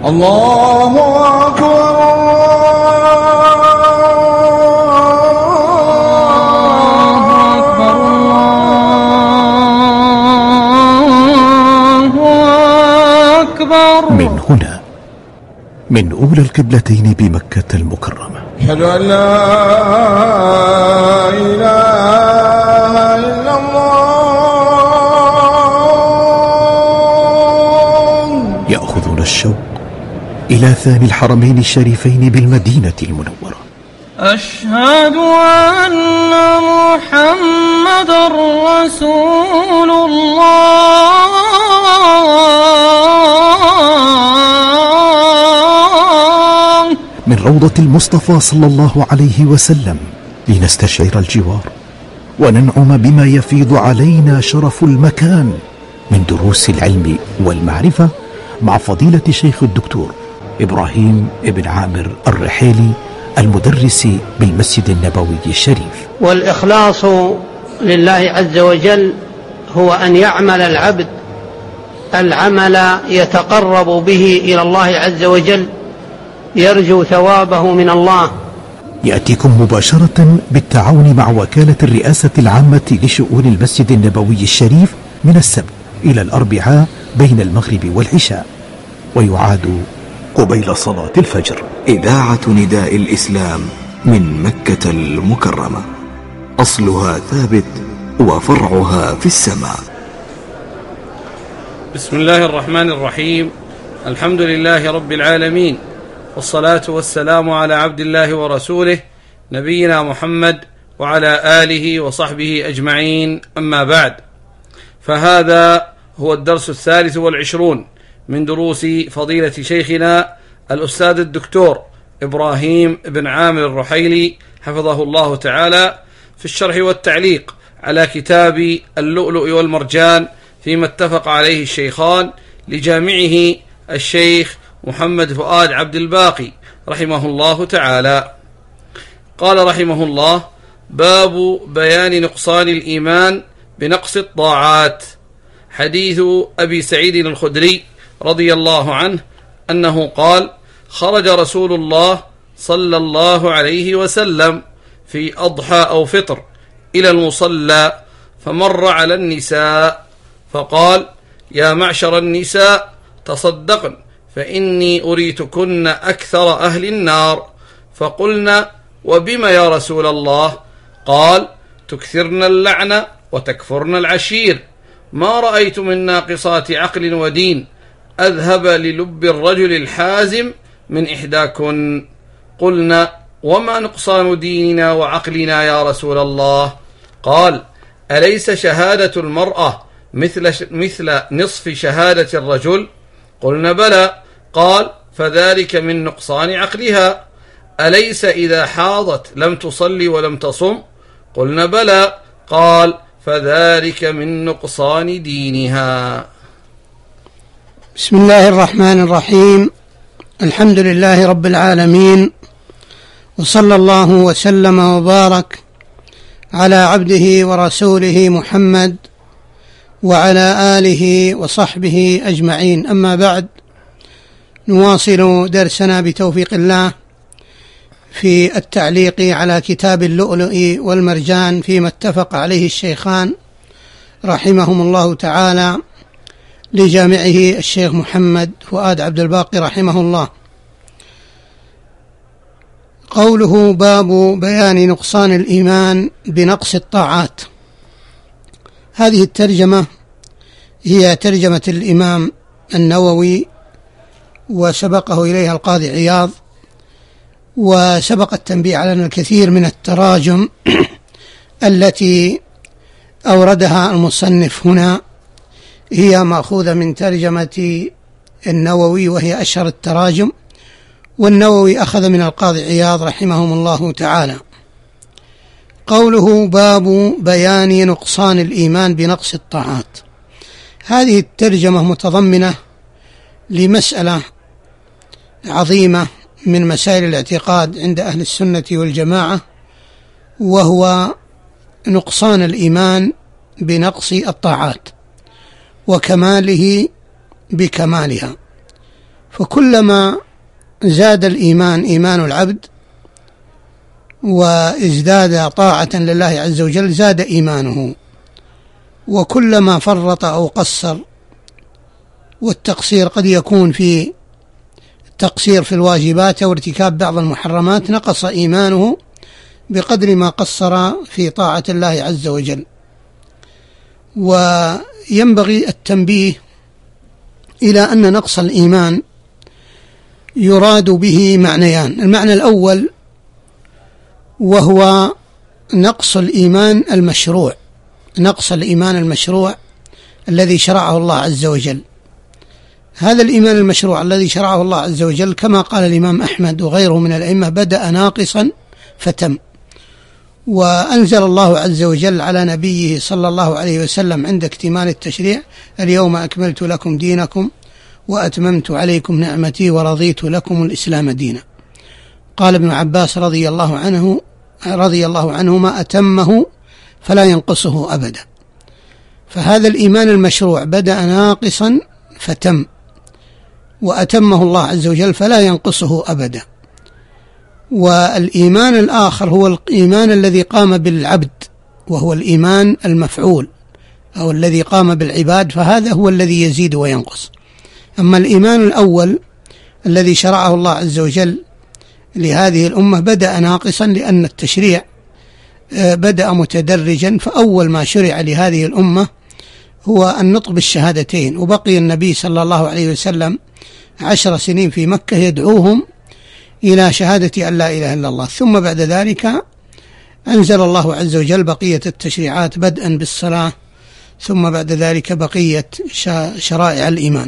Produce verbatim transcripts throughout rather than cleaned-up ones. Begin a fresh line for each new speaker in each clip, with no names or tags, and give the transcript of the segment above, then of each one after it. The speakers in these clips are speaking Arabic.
الله أكبر
الله أكبر.
من هنا، من أولى القبلتين بمكة المكرمة،
أشهد أن لا إله إلا الله.
يأخذون الشوق إلى ثاني الحرمين الشريفين بالمدينة المنورة.
أشهد أن محمد رسول الله.
من روضة المصطفى صلى الله عليه وسلم لنستشعر الجوار وننعم بما يفيض علينا شرف المكان من دروس العلم والمعرفة مع فضيلة الشيخ الدكتور إبراهيم ابن عامر الرحيلي المدرس بالمسجد النبوي الشريف.
والإخلاص لله عز وجل هو أن يعمل العبد العمل يتقرب به إلى الله عز وجل يرجو ثوابه من الله.
يأتيكم مباشرة بالتعاون مع وكالة الرئاسة العامة لشؤون المسجد النبوي الشريف من السبت إلى الأربعاء بين المغرب والعشاء، ويعاد قبيل صلاة الفجر.
إذاعة نداء الإسلام من مكة المكرمة، أصلها ثابت وفرعها في السماء.
بسم الله الرحمن الرحيم. الحمد لله رب العالمين، والصلاة والسلام على عبد الله ورسوله نبينا محمد وعلى آله وصحبه أجمعين، أما بعد، فهذا هو الدرس الثالث والعشرون من دروس فضيلة شيخنا الأستاذ الدكتور إبراهيم بن عامر الرحيلي حفظه الله تعالى في الشرح والتعليق على كتاب اللؤلؤ والمرجان فيما اتفق عليه الشيخان لجامعه الشيخ محمد فؤاد عبد الباقي رحمه الله تعالى. قال رحمه الله: باب بيان نقصان الإيمان بنقص الطاعات. حديث أبي سعيد الخدري رضي الله عنه أنه قال: خرج رسول الله صلى الله عليه وسلم في أضحى أو فطر إلى المصلى، فمر على النساء فقال: يا معشر النساء تصدقن فإني أريتكن أكثر أهل النار. فقلنا: وبما يا رسول الله؟ قال: تكثرن اللعنة وتكفرن العشير، ما رأيت من ناقصات عقل ودين أذهب للب الرجل الحازم من إحداكن. قلنا: وما نقصان ديننا وعقلنا يا رسول الله؟ قال: أليس شهادة المرأة مثل, مثل نصف شهادة الرجل؟ قلنا: بلى. قال: فذلك من نقصان عقلها. أليس إذا حاضت لم تصلي ولم تصم؟ قلنا: بلى. قال: فذلك من نقصان دينها.
بسم الله الرحمن الرحيم. الحمد لله رب العالمين، وصلى الله وسلم وبارك على عبده ورسوله محمد وعلى آله وصحبه أجمعين، أما بعد، نواصل درسنا بتوفيق الله في التعليق على كتاب اللؤلؤ والمرجان فيما اتفق عليه الشيخان رحمهم الله تعالى لجامعه الشيخ محمد فؤاد عبد الباقي رحمه الله. قوله: باب بيان نقصان الإيمان بنقص الطاعات. هذه الترجمة هي ترجمة الإمام النووي، وسبقه إليها القاضي عياض، وسبق التنبيه على أن الكثير من التراجم التي أوردها المصنف هنا هي مأخوذة من ترجمة النووي، وهي أشهر التراجم، والنووي أخذ من القاضي عياض رحمهم الله تعالى. قوله: باب بيان نقصان الإيمان بنقص الطاعات. هذه الترجمة متضمنة لمسألة عظيمة من مسائل الاعتقاد عند أهل السنة والجماعة، وهو نقصان الإيمان بنقص الطاعات وكماله بكمالها. فكلما زاد الإيمان إيمان العبد وازداد طاعة لله عز وجل زاد إيمانه، وكلما فرط أو قصر، والتقصير قد يكون في التقصير في الواجبات أو ارتكاب بعض المحرمات، نقص إيمانه بقدر ما قصر في طاعة الله عز وجل. وينبغي التنبيه إلى أن نقص الإيمان يراد به معنيان: المعنى الأول وهو نقص الإيمان المشروع، نقص الإيمان المشروع الذي شرعه الله عز وجل. هذا الإيمان المشروع الذي شرعه الله عز وجل كما قال الإمام أحمد وغيره من الأئمة بدأ ناقصا فتم. وأنزل الله عز وجل على نبيه صلى الله عليه وسلم عند اكتمال التشريع: اليوم أكملت لكم دينكم وأتممت عليكم نعمتي ورضيت لكم الإسلام دينا. قال ابن عباس رضي الله عنه رضي الله عنهما: أتمه فلا ينقصه أبدا. فهذا الإيمان المشروع بدأ ناقصا فتم، وأتمه الله عز وجل فلا ينقصه أبدا. والإيمان الآخر هو الإيمان الذي قام بالعبد، وهو الإيمان المفعول أو الذي قام بالعباد، فهذا هو الذي يزيد وينقص. أما الإيمان الأول الذي شرعه الله عز وجل لهذه الأمة بدأ ناقصا، لأن التشريع بدأ متدرجا، فأول ما شرع لهذه الأمة هو النطق بالشهادتين، وبقي النبي صلى الله عليه وسلم عشر سنين في مكة يدعوهم إلى شهادة أن لا إله إلا الله. ثم بعد ذلك أنزل الله عز وجل بقية التشريعات بدءا بالصلاة، ثم بعد ذلك بقية شرائع الإيمان.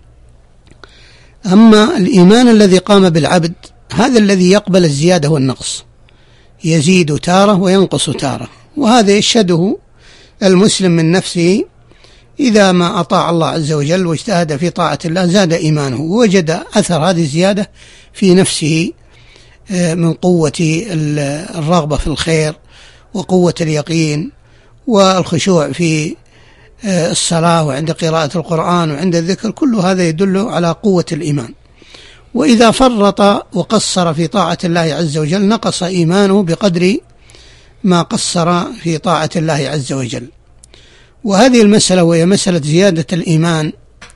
أما الإيمان الذي قام بالعبد هذا الذي يقبل الزيادة والنقص، يزيد تارة وينقص تارة، وهذا يشهده المسلم من نفسه. إذا ما أطاع الله عز وجل واجتهد في طاعة الله زاد إيمانه، ووجد أثر هذه الزيادة في نفسه من قوة الرغبة في الخير وقوة اليقين والخشوع في الصلاة وعند قراءة القرآن وعند الذكر، كل هذا يدل على قوة الإيمان. وإذا فرط وقصر في طاعة الله عز وجل نقص إيمانه بقدر ما قصر في طاعة الله عز وجل. وهذه المسألة وهي مسألة زيادة الإيمان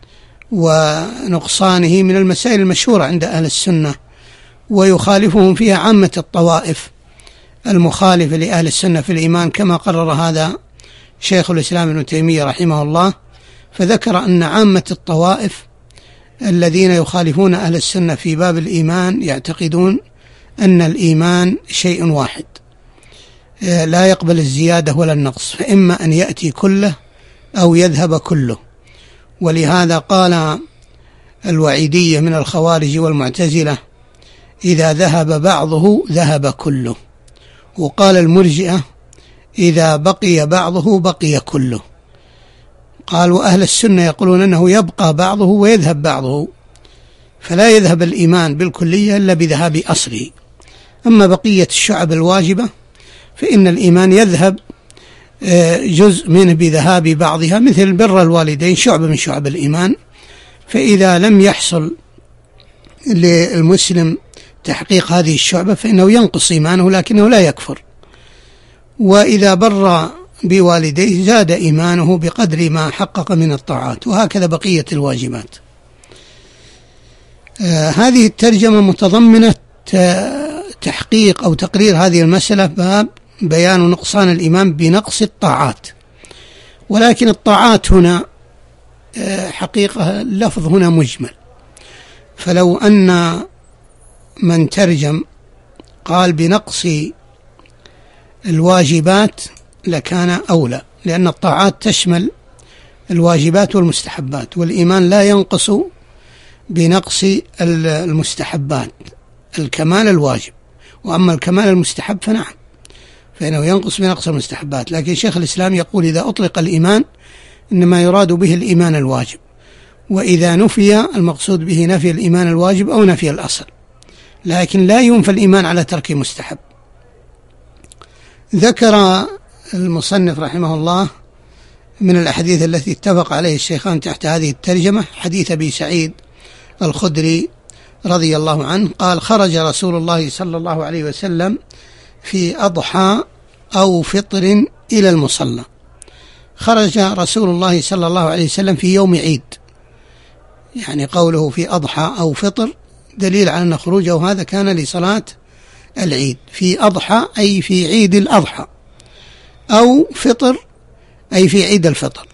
ونقصانه من المسائل المشهورة عند أهل السنة، ويخالفهم فيها عامة الطوائف المخالفة لأهل السنة في الإيمان، كما قرر هذا شيخ الإسلام ابن تيمية رحمه الله، فذكر أن عامة الطوائف الذين يخالفون أهل السنة في باب الإيمان يعتقدون أن الإيمان شيء واحد لا يقبل الزيادة ولا النقص، فإما أن يأتي كله أو يذهب كله. ولهذا قال الوعيدية من الخوارج والمعتزلة: إذا ذهب بعضه ذهب كله. وقال المرجئة: إذا بقي بعضه بقي كله. قالوا أهل السنة يقولون أنه يبقى بعضه ويذهب بعضه، فلا يذهب الإيمان بالكلية إلا بذهاب أصله. أما بقية الشعب الواجبة فإن الإيمان يذهب جزء منه بذهاب بعضها، مثل بر الوالدين شعبة من شعب الإيمان، فإذا لم يحصل للمسلم تحقيق هذه الشعبة فإنه ينقص إيمانه لكنه لا يكفر. وإذا بر بوالديه زاد إيمانه بقدر ما حقق من الطاعات، وهكذا بقية الواجبات. آه هذه الترجمة متضمنة تحقيق أو تقرير هذه المسألة، باب بيان نقصان الإيمان بنقص الطاعات. ولكن الطاعات هنا آه حقيقة اللفظ هنا مجمل، فلو أن من ترجم قال بنقص الواجبات لكان أولى، لأن الطاعات تشمل الواجبات والمستحبات، والإيمان لا ينقص بنقص المستحبات، الكمال الواجب، وأما الكمال المستحب فنعم فإنه ينقص بنقص المستحبات. لكن شيخ الإسلام يقول إذا أطلق الإيمان إنما يراد به الإيمان الواجب، وإذا نفي المقصود به نفي الإيمان الواجب أو نفي الأصل، لكن لا ينفى الإيمان على ترك مستحب. ذكر المصنف رحمه الله من الأحاديث التي اتفق عليه الشيخان تحت هذه الترجمة حديث أبي سعيد الخدري رضي الله عنه قال: خرج رسول الله صلى الله عليه وسلم في أضحى أو فطر إلى المصلى. خرج رسول الله صلى الله عليه وسلم في يوم عيد، يعني قوله في أضحى أو فطر دليل على أن خروجه هذا كان لصلاة العيد. في أضحى أي في عيد الأضحى، أو فطر أي في عيد الفطر.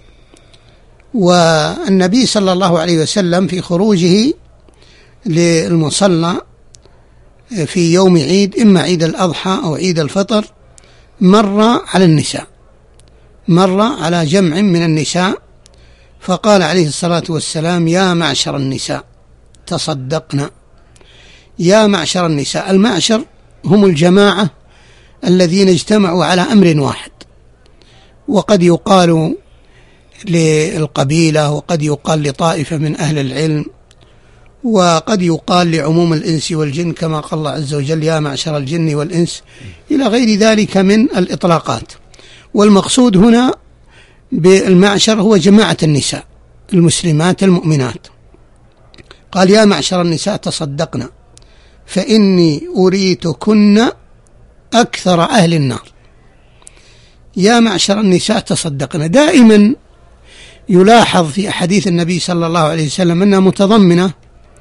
والنبي صلى الله عليه وسلم في خروجه للمصلى في يوم عيد، إما عيد الأضحى أو عيد الفطر، مر على النساء، مر على جمع من النساء، فقال عليه الصلاة والسلام: يا معشر النساء تصدقنا. يا معشر النساء، المعشر هم الجماعة الذين اجتمعوا على أمر واحد، وقد يقال للقبيلة، وقد يقال لطائفة من أهل العلم، وقد يقال لعموم الإنس والجن، كما قال الله عز وجل: يا معشر الجن والإنس، إلى غير ذلك من الإطلاقات. والمقصود هنا بالمعشر هو جماعة النساء المسلمات المؤمنات. قال: يا معشر النساء تصدقنا فإني أريتكن أكثر أهل النار. يا معشر النساء تصدقنا، دائما يلاحظ في أحاديث النبي صلى الله عليه وسلم أنها متضمنة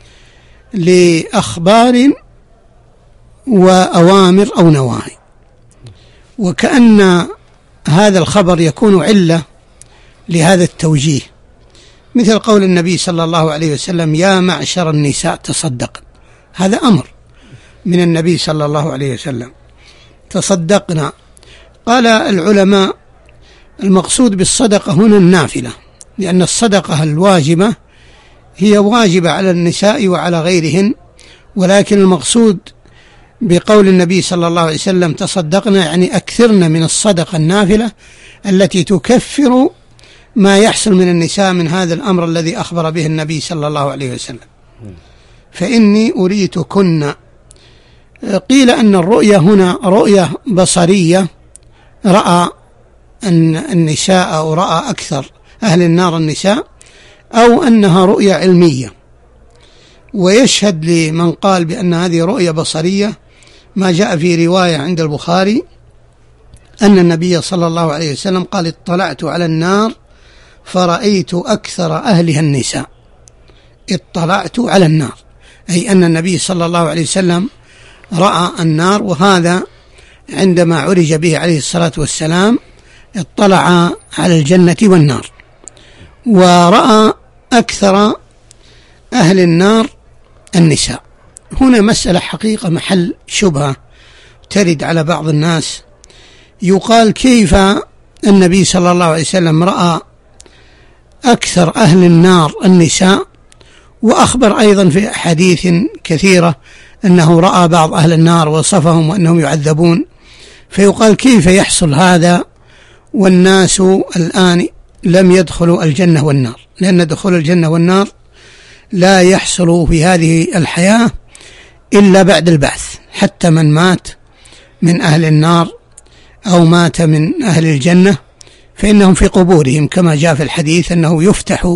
لأخبار وأوامر أو نواهي، وكأن هذا الخبر يكون علة لهذا التوجيه، مثل قول النبي صلى الله عليه وسلم: يا معشر النساء تصدقن. هذا أمر من النبي صلى الله عليه وسلم، تصدقنا. قال العلماء: المقصود بالصدقة هنا النافلة، لأن الصدقة الواجبة هي واجبة على النساء وعلى غيرهن، ولكن المقصود بقول النبي صلى الله عليه وسلم تصدقنا يعني أكثرنا من الصدقة النافلة التي تكفر ما يحصل من النساء من هذا الأمر الذي أخبر به النبي صلى الله عليه وسلم. فإني أريتكن. قيل أن الرؤية هنا رؤية بصرية، رأى أن النساء أو رأى أكثر أهل النار النساء، أو أنها رؤية علمية. ويشهد لمن قال بأن هذه رؤية بصرية ما جاء في رواية عند البخاري أن النبي صلى الله عليه وسلم قال: اطلعت على النار فرأيت أكثر أهلها النساء. اطلعت على النار أي أن النبي صلى الله عليه وسلم رأى النار، وهذا عندما عرج به عليه الصلاة والسلام اطلع على الجنة والنار، ورأى أكثر أهل النار النساء. هنا مسألة حقيقة محل شبهة ترد على بعض الناس، يقال: كيف النبي صلى الله عليه وسلم رأى أكثر أهل النار النساء، وأخبر أيضا في أحاديث كثيرة أنه رأى بعض أهل النار وصفهم وأنهم يعذبون، فيقال: كيف يحصل هذا والناس الآن لم يدخلوا الجنة والنار؟ لأن دخول الجنة والنار لا يحصل في هذه الحياة إلا بعد البعث، حتى من مات من أهل النار أو مات من أهل الجنة فإنهم في قبورهم، كما جاء في الحديث أنه يفتح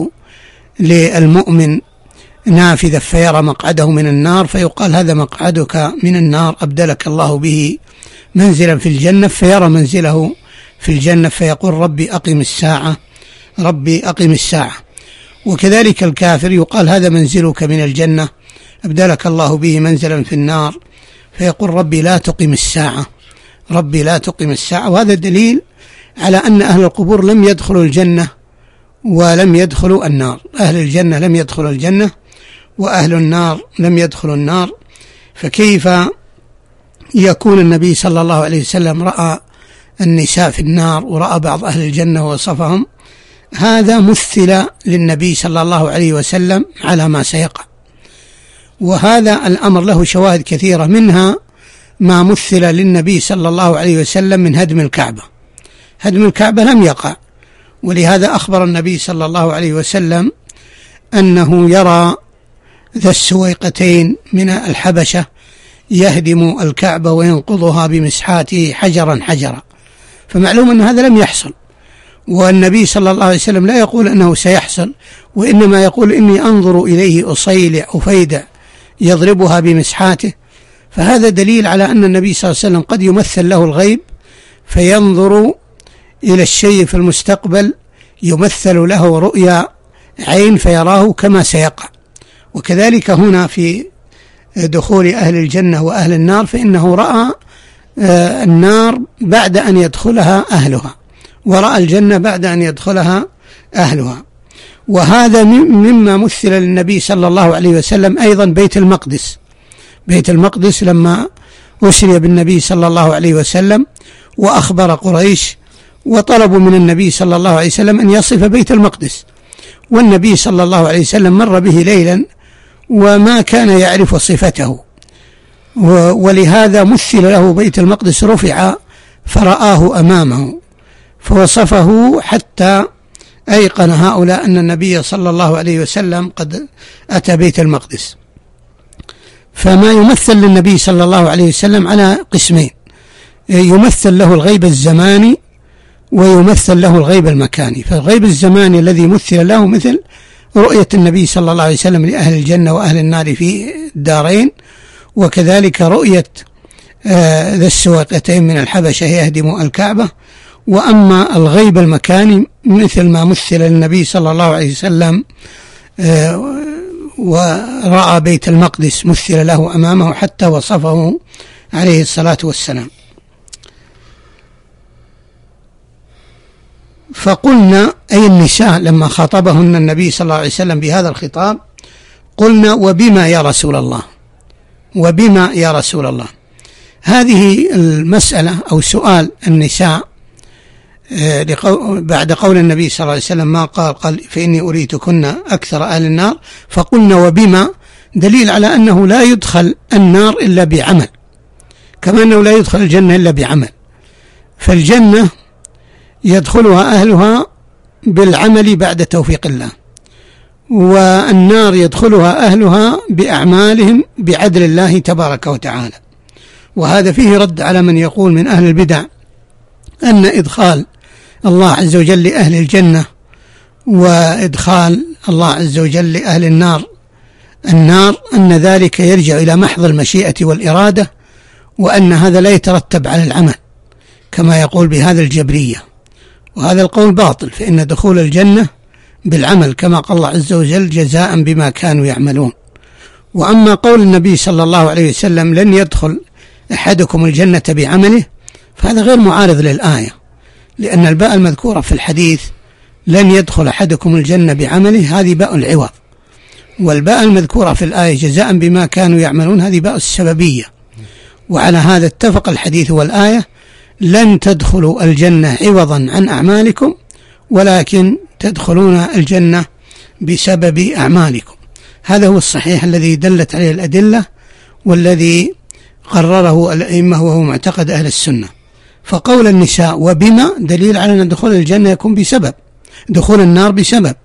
للمؤمن نافذة فيرى مقعده من النار، فيقال: هذا مقعدك من النار أبدلك الله به منزلا في الجنة، فيرى منزله في الجنة فيقول: ربي أقم الساعة، ربي أقم الساعة. وكذلك الكافر يقال: هذا منزلك من الجنة أبدلك الله به منزلا في النار، فيقول: ربي لا تقم الساعة، ربي لا تقم الساعة. وهذا دليل على أن أهل القبور لم يدخلوا الجنة ولم يدخلوا النار. أهل الجنة لم يدخلوا الجنة وأهل النار لم يدخلوا النار، فكيف يكون النبي صلى الله عليه وسلم رأى النساء في النار ورأى بعض أهل الجنة ووصفهم؟ هذا مثل للنبي صلى الله عليه وسلم على ما سيقع، وهذا الأمر له شواهد كثيرة، منها ما مثل للنبي صلى الله عليه وسلم من هدم الكعبة. هدم الكعبة لم يقع، ولهذا أخبر النبي صلى الله عليه وسلم أنه يرى ذا السويقتين من الحبشة يهدم الكعبة وينقضها بمسحاته حجرا حجرا، فمعلوم أن هذا لم يحصل. والنبي صلى الله عليه وسلم لا يقول أنه سيحصل، وإنما يقول إني أنظر إليه أصيلع أفيدع يضربها بمسحاته. فهذا دليل على أن النبي صلى الله عليه وسلم قد يمثل له الغيب فينظر إلى الشيء في المستقبل، يمثل له رؤيا عين فيراه كما سيقع. وكذلك هنا في دخول أهل الجنة وأهل النار، فإنه رأى النار بعد أن يدخلها أهلها، ورأى الجنة بعد أن يدخلها أهلها. وهذا مما مثل للنبي صلى الله عليه وسلم أيضا بيت المقدس. بيت المقدس لما أسري بالنبي صلى الله عليه وسلم وأخبر قريش وطلبوا من النبي صلى الله عليه وسلم أن يصف بيت المقدس، والنبي صلى الله عليه وسلم مر به ليلا وما كان يعرف صفته، ولهذا مثل له بيت المقدس، رفع فرآه أمامه فوصفه حتى أيقن هؤلاء أن النبي صلى الله عليه وسلم قد أتى بيت المقدس. فما يمثل للنبي صلى الله عليه وسلم على قسمين: يمثل له الغيب الزماني ويمثل له الغيب المكاني. فالغيب الزماني الذي مثل له مثل رؤية النبي صلى الله عليه وسلم لأهل الجنة وأهل النار في الدارين، وكذلك رؤية آه ذا السواقتين من الحبشة يهدم الكعبة. وأما الغيب المكاني مثل ما مثل للنبي صلى الله عليه وسلم آه ورأى بيت المقدس مثل له أمامه حتى وصفه عليه الصلاة والسلام. فقلنا أي النساء لما خاطبهن النبي صلى الله عليه وسلم بهذا الخطاب قلنا: وبما يا رسول الله؟ وبما يا رسول الله؟ هذه المسألة أو سؤال النساء بعد قول النبي صلى الله عليه وسلم ما قال قال فإني أريتكن أكثر أهل النار، فقلنا وبما دليل على أنه لا يدخل النار إلا بعمل، كما أنه لا يدخل الجنة إلا بعمل. فالجنة يدخلها أهلها بالعمل بعد توفيق الله، والنار يدخلها أهلها بأعمالهم بعدل الله تبارك وتعالى. وهذا فيه رد على من يقول من أهل البدع أن إدخال الله عز وجل لأهل الجنة وإدخال الله عز وجل لأهل النار النار أن ذلك يرجع إلى محض المشيئة والإرادة، وأن هذا لا يترتب على العمل كما يقول بهذا الجبرية. وهذا القول باطل، فإن دخول الجنة بالعمل كما قال الله عز وجل: جزاء بما كانوا يعملون. وأما قول النبي صلى الله عليه وسلم: لن يدخل أحدكم الجنة بعمله، فهذا غير معارض للآية، لأن الباء المذكورة في الحديث لن يدخل أحدكم الجنة بعمله هذه باء العوض، والباء المذكورة في الآية جزاء بما كانوا يعملون هذه باء السببية. وعلى هذا اتفق الحديث والآية: لن تدخلوا الجنة عوضا عن أعمالكم ولكن تدخلون الجنة بسبب أعمالكم. هذا هو الصحيح الذي دلت عليه الأدلة والذي قرره الأئمة وهو معتقد أهل السنة. فقول النساء وبما دليل على أن دخول الجنة يكون بسبب، دخول النار بسبب،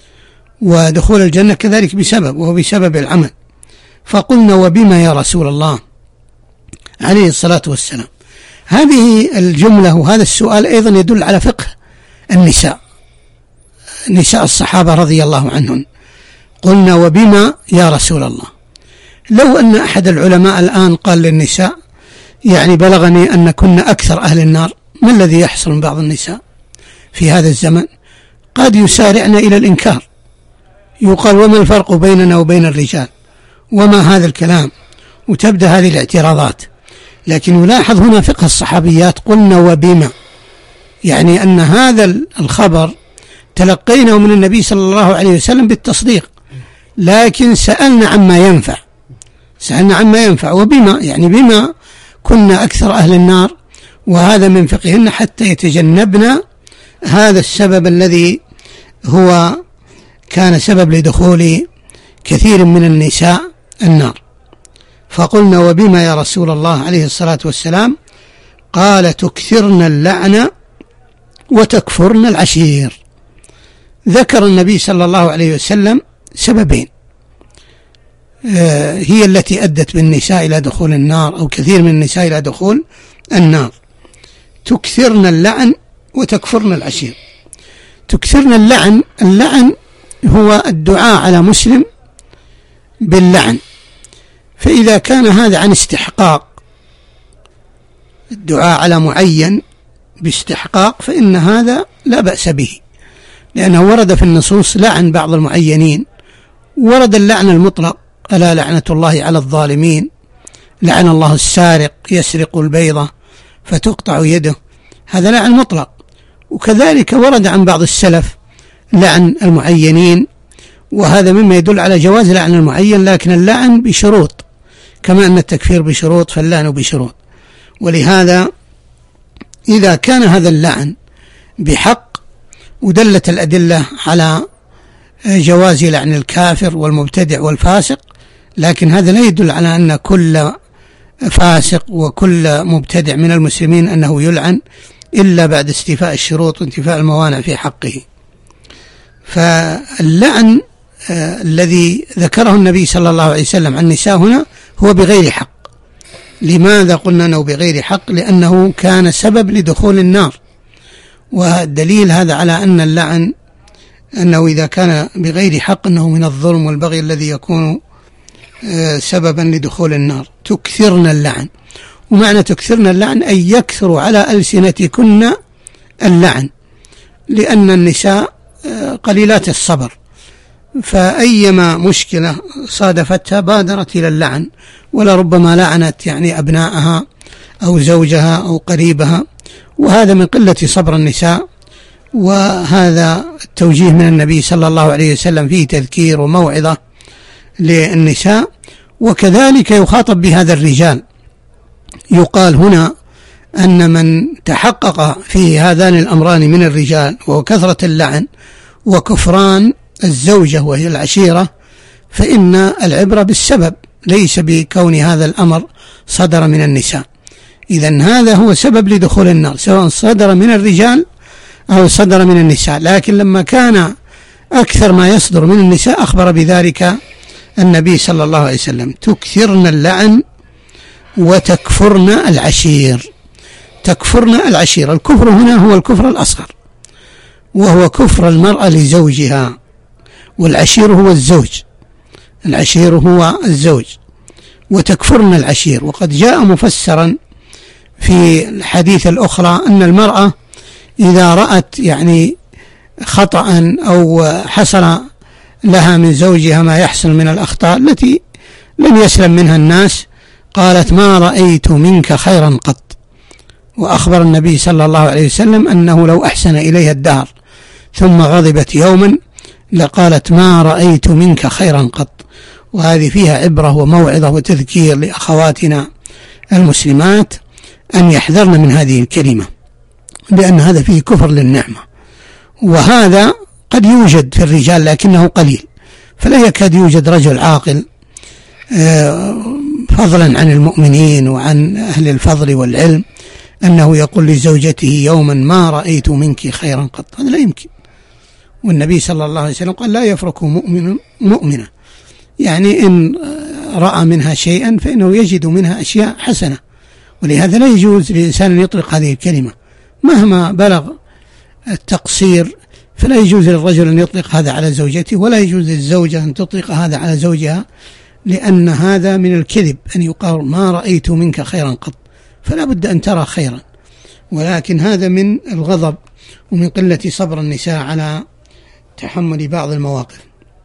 ودخول الجنة كذلك بسبب، وهو بسبب العمل. فقلنا وبما يا رسول الله عليه الصلاة والسلام. هذه الجملة وهذا السؤال أيضا يدل على فقه النساء، نساء الصحابة رضي الله عنهم. قلنا وبما يا رسول الله. لو أن أحد العلماء الآن قال للنساء يعني بلغني أن كنا أكثر أهل النار، ما الذي يحصل من بعض النساء في هذا الزمن؟ قد يسارعن إلى الإنكار، يقال وما الفرق بيننا وبين الرجال وما هذا الكلام، وتبدأ هذه الاعتراضات. لكن يلاحظ هنا فقه الصحابيات. قلنا وبما يعني أن هذا الخبر تلقيناه من النبي صلى الله عليه وسلم بالتصديق، لكن سألنا عما ينفع، سألنا عما ينفع. وبما يعني بما كنا أكثر أهل النار، وهذا من فقهنا حتى يتجنبنا هذا السبب الذي هو كان سبب لدخول كثير من النساء النار. فقلنا وبما يا رسول الله عليه الصلاة والسلام؟ قال تكثرن اللعن وتكفرن العشير. ذكر النبي صلى الله عليه وسلم سببين هي التي أدت بالنساء إلى دخول النار أو كثير من النساء إلى دخول النار: تكثرن اللعن وتكفرن العشير. تكثرن اللعن. اللعن هو الدعاء على مسلم باللعن، فإذا كان هذا عن استحقاق، الدعاء على معين باستحقاق، فإن هذا لا بأس به، لأنه ورد في النصوص لعن بعض المعينين، ورد اللعن المطلق: ألا لعنة الله على الظالمين، لعن الله السارق يسرق البيضة فتقطع يده، هذا لعن مطلق. وكذلك ورد عن بعض السلف لعن المعينين، وهذا مما يدل على جواز لعن المعين، لكن اللعن بشروط، كما أن التكفير بشروط فاللعن بشروط. ولهذا إذا كان هذا اللعن بحق ودلت الأدلة على جواز لعن الكافر والمبتدع والفاسق، لكن هذا لا يدل على أن كل فاسق وكل مبتدع من المسلمين أنه يلعن إلا بعد استيفاء الشروط وانتفاء الموانع في حقه. فاللعن آه الذي ذكره النبي صلى الله عليه وسلم عن النساء هنا هو بغير حق. لماذا قلنا أنه بغير حق؟ لأنه كان سبب لدخول النار، والدليل هذا على أن اللعن أنه إذا كان بغير حق أنه من الظلم والبغي الذي يكون آه سببا لدخول النار. تكثرن اللعن، ومعنى تكثرن اللعن أي يكثر على ألسنتكن اللعن، لأن النساء آه قليلات الصبر، فأيما مشكلة صادفتها بادرت إلى اللعن، ولربما لعنت يعني أبنائها أو زوجها أو قريبها، وهذا من قلة صبر النساء. وهذا التوجيه من النبي صلى الله عليه وسلم فيه تذكير وموعظة للنساء، وكذلك يخاطب بهذا الرجال. يقال هنا أن من تحقق فيه هذان الأمران من الرجال، وهو كثرة اللعن وكفران الزوجة وهي العشيرة، فإن العبرة بالسبب ليس بكون هذا الأمر صدر من النساء. إذن هذا هو سبب لدخول النار، سواء صدر من الرجال أو صدر من النساء. لكن لما كان أكثر ما يصدر من النساء أخبر بذلك النبي صلى الله عليه وسلم: تكثرن اللعن وتكفرن العشير. تكفرن العشير، الكفر هنا هو الكفر الأصغر، وهو كفر المرأة لزوجها، والعشير هو الزوج، العشير هو الزوج. وتكفرن العشير، وقد جاء مفسرا في الحديث الأخرى أن المرأة إذا رأت يعني خطأ أو حصل لها من زوجها ما يحصل من الأخطاء التي لم يسلم منها الناس، قالت: ما رأيت منك خيرا قط. وأخبر النبي صلى الله عليه وسلم أنه لو أحسن إليها الدهر ثم غضبت يوما لقالت: ما رأيت منك خيرا قط. وهذه فيها عبرة وموعظة وتذكير لأخواتنا المسلمات أن يحذرن من هذه الكلمة، لأن هذا فيه كفر للنعمة، وهذا قد يوجد في الرجال لكنه قليل، فلا يكاد يوجد رجل عاقل فضلا عن المؤمنين وعن أهل الفضل والعلم أنه يقول لزوجته يوما: ما رأيت منك خيرا قط. هذا لا يمكن. والنبي صلى الله عليه وسلم قال: لا يفرك مؤمن مؤمنة، يعني إن رأى منها شيئا فإنه يجد منها أشياء حسنة. ولهذا لا يجوز للإنسان أن يطلق هذه الكلمة مهما بلغ التقصير، فلا يجوز للرجل أن يطلق هذا على زوجته، ولا يجوز للزوجة أن تطلق هذا على زوجها، لأن هذا من الكذب أن يقال: ما رأيت منك خيرا قط، فلا بد أن ترى خيرا. ولكن هذا من الغضب ومن قلة صبر النساء على تحمل بعض المواقف.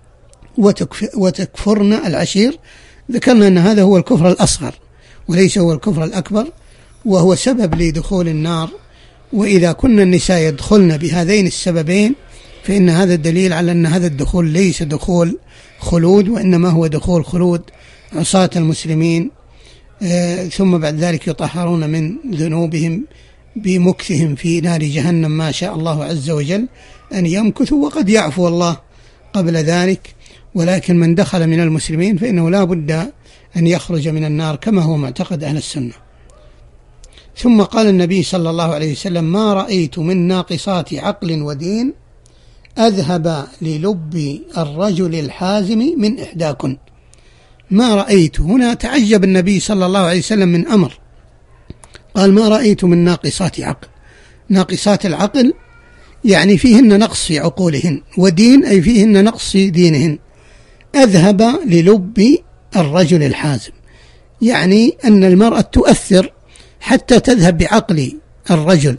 وتكفرن العشير، ذكرنا أن هذا هو الكفر الأصغر وليس هو الكفر الأكبر، وهو سبب لدخول النار. وإذا كنا النساء يدخلن بهذين السببين فإن هذا الدليل على أن هذا الدخول ليس دخول خلود، وإنما هو دخول خلود عصاة المسلمين، آه ثم بعد ذلك يطهرون من ذنوبهم بمكثهم في نار جهنم ما شاء الله عز وجل أن يمكثوا، وقد يعفو الله قبل ذلك. ولكن من دخل من المسلمين فإنه لا بد أن يخرج من النار كما هو معتقد أهل السنة. ثم قال النبي صلى الله عليه وسلم: ما رأيت من ناقصات عقل ودين أذهب للب الرجل الحازم من إحداكن. ما رأيت، هنا تعجب النبي صلى الله عليه وسلم من أمر، قال: ما رأيت من ناقصات عقل. ناقصات العقل يعني فيهن نقص في عقولهن، ودين أي فيهن نقص في دينهن. أذهب للب الرجل الحازم، يعني أن المرأة تؤثر حتى تذهب بعقل الرجل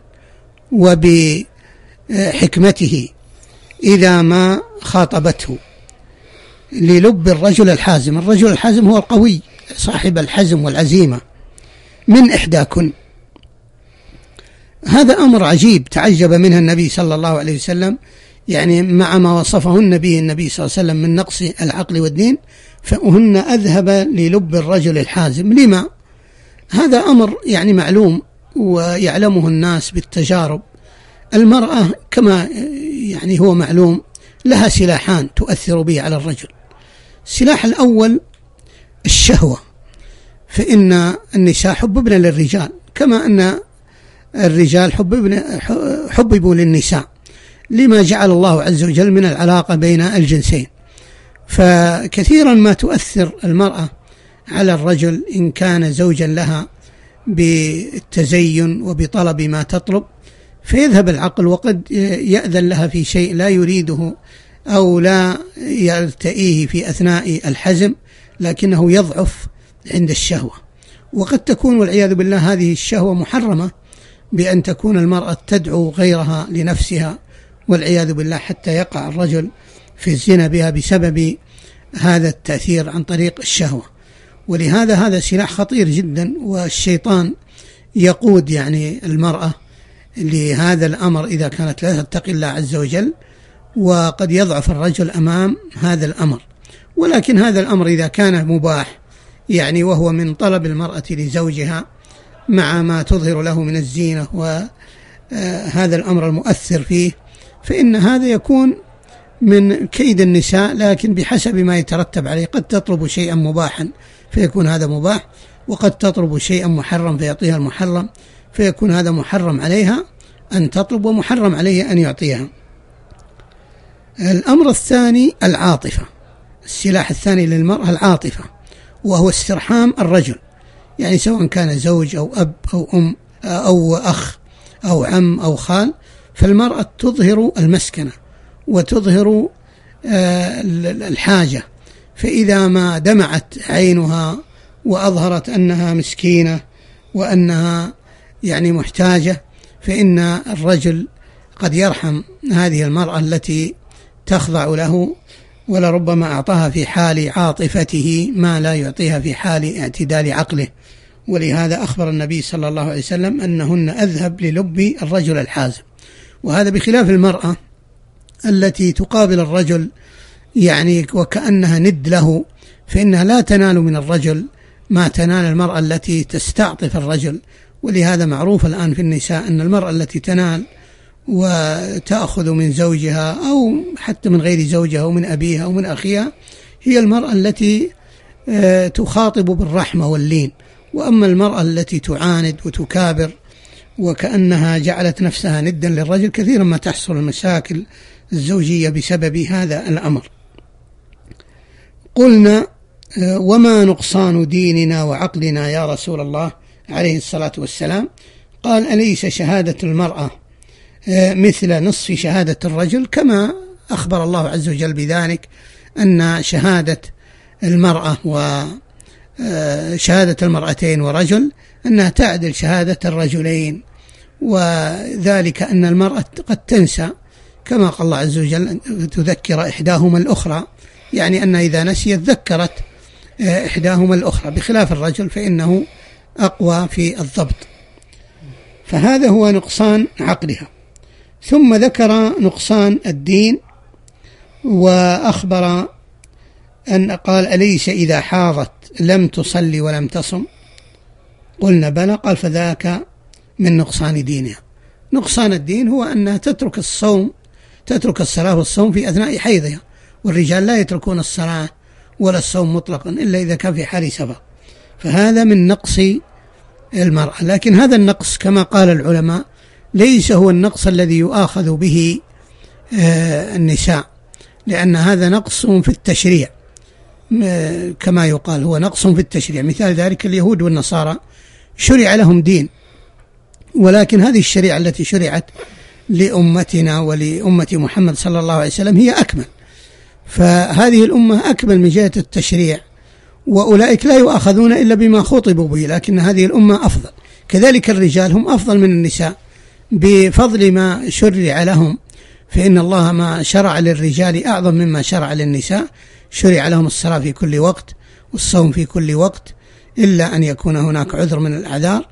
وبحكمته إذا ما خاطبته. للب الرجل الحازم، الرجل الحازم هو القوي صاحب الحزم والعزيمة. من إحداكن، هذا أمر عجيب تعجب منه النبي صلى الله عليه وسلم، يعني مع ما وصفه النبي النبي صلى الله عليه وسلم من نقص العقل والدين، فهن أذهب للب الرجل الحازم. لما؟ هذا أمر يعني معلوم ويعلمه الناس بالتجارب. المرأة كما يعني هو معلوم لها سلاحان تؤثر به على الرجل. السلاح الأول الشهوة، فإن النساء حببن للرجال كما أن الرجال حببوا للنساء، لما جعل الله عز وجل من العلاقة بين الجنسين. فكثيرا ما تؤثر المرأة على الرجل إن كان زوجا لها بالتزين وبطلب ما تطلب، فيذهب العقل وقد يأذن لها في شيء لا يريده أو لا يلتئيه في أثناء الحزم، لكنه يضعف عند الشهوة. وقد تكون والعياذ بالله هذه الشهوة محرمة، بأن تكون المرأة تدعو غيرها لنفسها والعياذ بالله، حتى يقع الرجل في الزنا بها بسبب هذا التأثير عن طريق الشهوة. ولهذا هذا سلاح خطير جدا، والشيطان يقود يعني المرأة لهذا الأمر إذا كانت لا تتقي الله عز وجل، وقد يضعف الرجل أمام هذا الأمر. ولكن هذا الأمر إذا كان مباح، يعني وهو من طلب المرأة لزوجها مع ما تظهر له من الزينة وهذا الأمر المؤثر فيه، فإن هذا يكون من كيد النساء، لكن بحسب ما يترتب عليه. قد تطلب شيئا مباحا فيكون هذا مباح، وقد تطلب شيئا محرم فيعطيها المحرم، فيكون هذا محرم عليها أن تطلب ومحرم عليه أن يعطيها. الأمر الثاني العاطفة، السلاح الثاني للمرأة العاطفة، وهو استرحام الرجل، يعني سواء كان زوج أو أب أو أم أو أخ أو عم أو خال، فالمرأة تظهر المسكنة وتظهر الحاجة. فإذا ما دمعت عينها وأظهرت أنها مسكينة وأنها يعني محتاجة، فإن الرجل قد يرحم هذه المرأة التي تخضع له، ولربما أعطاها في حال عاطفته ما لا يعطيها في حال اعتدال عقله. ولهذا أخبر النبي صلى الله عليه وسلم أنهن أذهب للب الرجل الحازم. وهذا بخلاف المرأة التي تقابل الرجل يعني وكأنها ند له، فإنها لا تنال من الرجل ما تنال المرأة التي تستعطف الرجل. ولهذا معروف الآن في النساء أن المرأة التي تنال وتأخذ من زوجها أو حتى من غير زوجها أو من أبيها أو من أخيها هي المرأة التي تخاطب بالرحمة واللين. وأما المرأة التي تعاند وتكابر وكأنها جعلت نفسها ندا للرجل، كثيرا ما تحصل المشاكل الزوجية بسبب هذا الأمر. قلنا وما نقصان ديننا وعقلنا يا رسول الله عليه الصلاة والسلام؟ قال أليس شهادة المرأة مثل نصف شهادة الرجل؟ كما أخبر الله عز وجل بذلك أن شهادة المرأة وشهادة المرأتين ورجل أنها تعدل شهادة الرجلين، وذلك أن المرأة قد تنسى كما قال الله عز وجل تذكر إحداهما الأخرى، يعني أن إذا نسيت ذكرت إحداهما الأخرى، بخلاف الرجل فإنه أقوى في الضبط. فهذا هو نقصان عقلها. ثم ذكر نقصان الدين وأخبر أن قال أليس إذا حاضت لم تصلي ولم تصم؟ قلنا بلى. قال فذاك من نقصان دينها. نقصان الدين هو أنها تترك الصوم تترك الصلاة والصوم في أثناء حيضها، والرجال لا يتركون الصلاة ولا الصوم مطلقا إلا إذا كان في حال سفر، فهذا من نقص المرأة. لكن هذا النقص كما قال العلماء ليس هو النقص الذي يؤاخذ به النساء، لأن هذا نقص في التشريع كما يقال، هو نقص في التشريع. مثال ذلك اليهود والنصارى شرع لهم دين، ولكن هذه الشريعة التي شرعت لأمتنا ولأمة محمد صلى الله عليه وسلم هي أكمل، فهذه الأمة أكمل من جهة التشريع، وأولئك لا يؤاخذون إلا بما خطبوا به، لكن هذه الأمة أفضل. كذلك الرجال هم أفضل من النساء بفضل ما شرع لهم، فإن الله ما شرع للرجال أعظم مما شرع للنساء. شرع لهم الصلاة في كل وقت والصوم في كل وقت إلا أن يكون هناك عذر من الأعذار،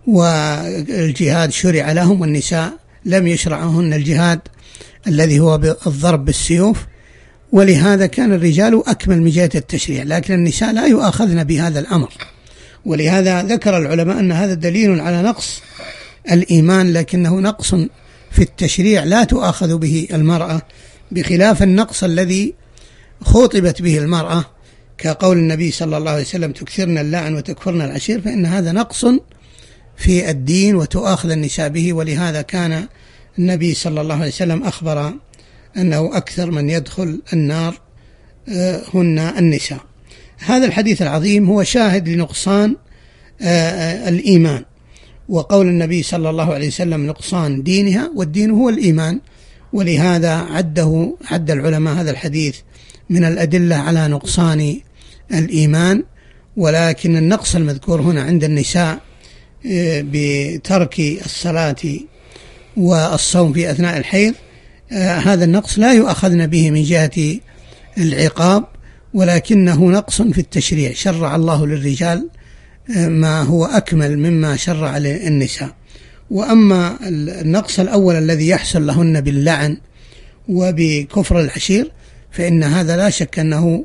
والجهاد شرع لهم، والنساء لم يشرعهن الجهاد الذي هو بالضرب بالسيوف، ولهذا كان الرجال أكمل من جهة التشريع، لكن النساء لا يؤاخذن بهذا الأمر. ولهذا ذكر العلماء أن هذا دليل على نقص الإيمان، لكنه نقص في التشريع لا تؤاخذ به المرأة، بخلاف النقص الذي خطبت به المرأة كقول النبي صلى الله عليه وسلم تكثرن اللعن وتكفرن العشير، فإن هذا نقص في الدين وتؤاخذ النساء به. ولهذا كان النبي صلى الله عليه وسلم أخبر أنه أكثر من يدخل النار هن النساء. هذا الحديث العظيم هو شاهد لنقصان الإيمان، وقول النبي صلى الله عليه وسلم نقصان دينها، والدين هو الإيمان، ولهذا عده عد العلماء هذا الحديث من الأدلة على نقصان الإيمان. ولكن النقص المذكور هنا عند النساء بترك الصلاة والصوم في أثناء الحيض، هذا النقص لا يؤخذن به من جهة العقاب، ولكنه نقص في التشريع. شرع الله للرجال ما هو أكمل مما شرع للنساء. وأما النقص الأول الذي يحصل لهن باللعن وبكفر العشير، فإن هذا لا شك أنه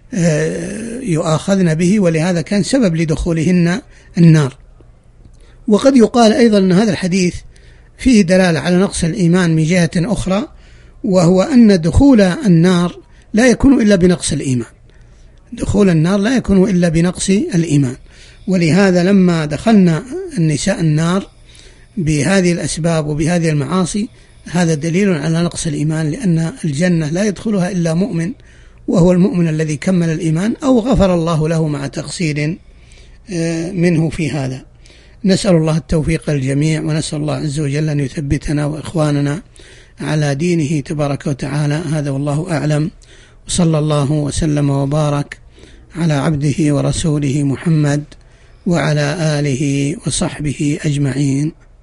يؤاخذن به، ولهذا كان سبب لدخولهن النار. وقد يقال أيضا أن هذا الحديث فيه دلالة على نقص الإيمان من جهة أخرى، وهو أن دخول النار لا يكون إلا بنقص الإيمان. دخول النار لا يكون إلا بنقص الإيمان، ولهذا لما دخلنا النساء النار بهذه الأسباب وبهذه المعاصي، هذا دليل على نقص الإيمان، لأن الجنة لا يدخلها إلا مؤمن، وهو المؤمن الذي كمل الإيمان أو غفر الله له مع تقصير منه في هذا. نسأل الله التوفيق للجميع، ونسأل الله عز وجل أن يثبتنا وإخواننا على دينه تبارك وتعالى. هذا والله أعلم، وصلى الله وسلم وبارك على عبده ورسوله محمد وعلى آله وصحبه أجمعين.